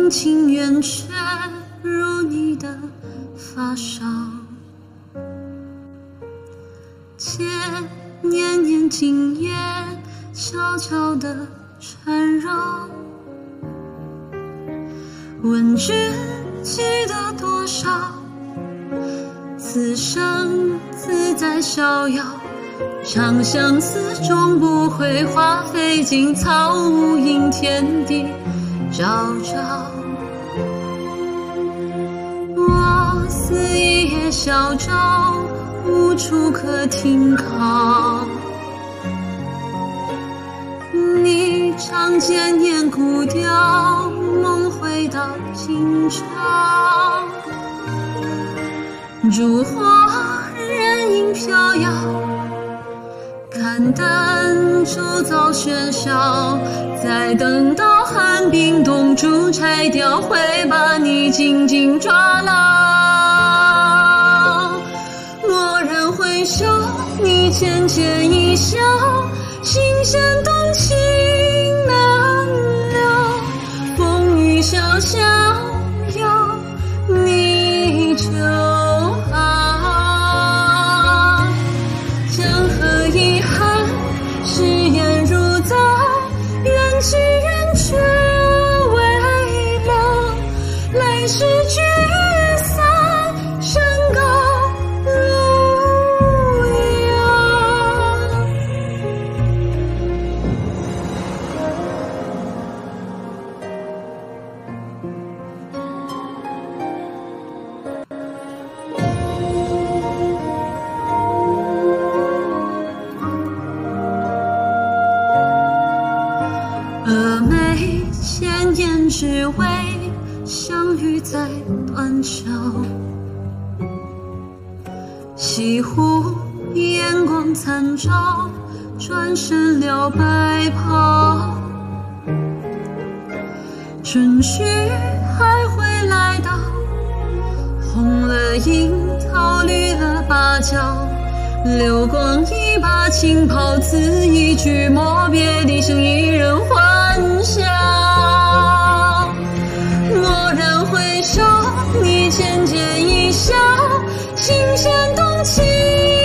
阴晴圆缺如你的发梢，且年年今夜悄悄地缠绕。问君记得多少？此生自在逍遥，长相思终不悔，花飞尽草无影，天地昭昭。我似一叶小舟，无处可停靠。你唱千年古调，梦回到今朝。烛火人影飘摇，看淡周遭喧嚣，再等到寒冰冻烛拆掉，会把你紧紧抓牢。蓦然回首，你浅浅一笑，心弦动情难留，风雨潇潇，有你就好。江河遗憾，誓言如刀，缘起缘却未了，泪湿聚散，山高路遥。峨眉千言只为相遇在断桥，西湖烟光残照，转身了白袍。春去还会来到，红了樱桃，绿了芭蕉，流光一把青袍，此一句莫别离，剩一人欢笑。蓦然回首，你浅浅一笑，心弦动情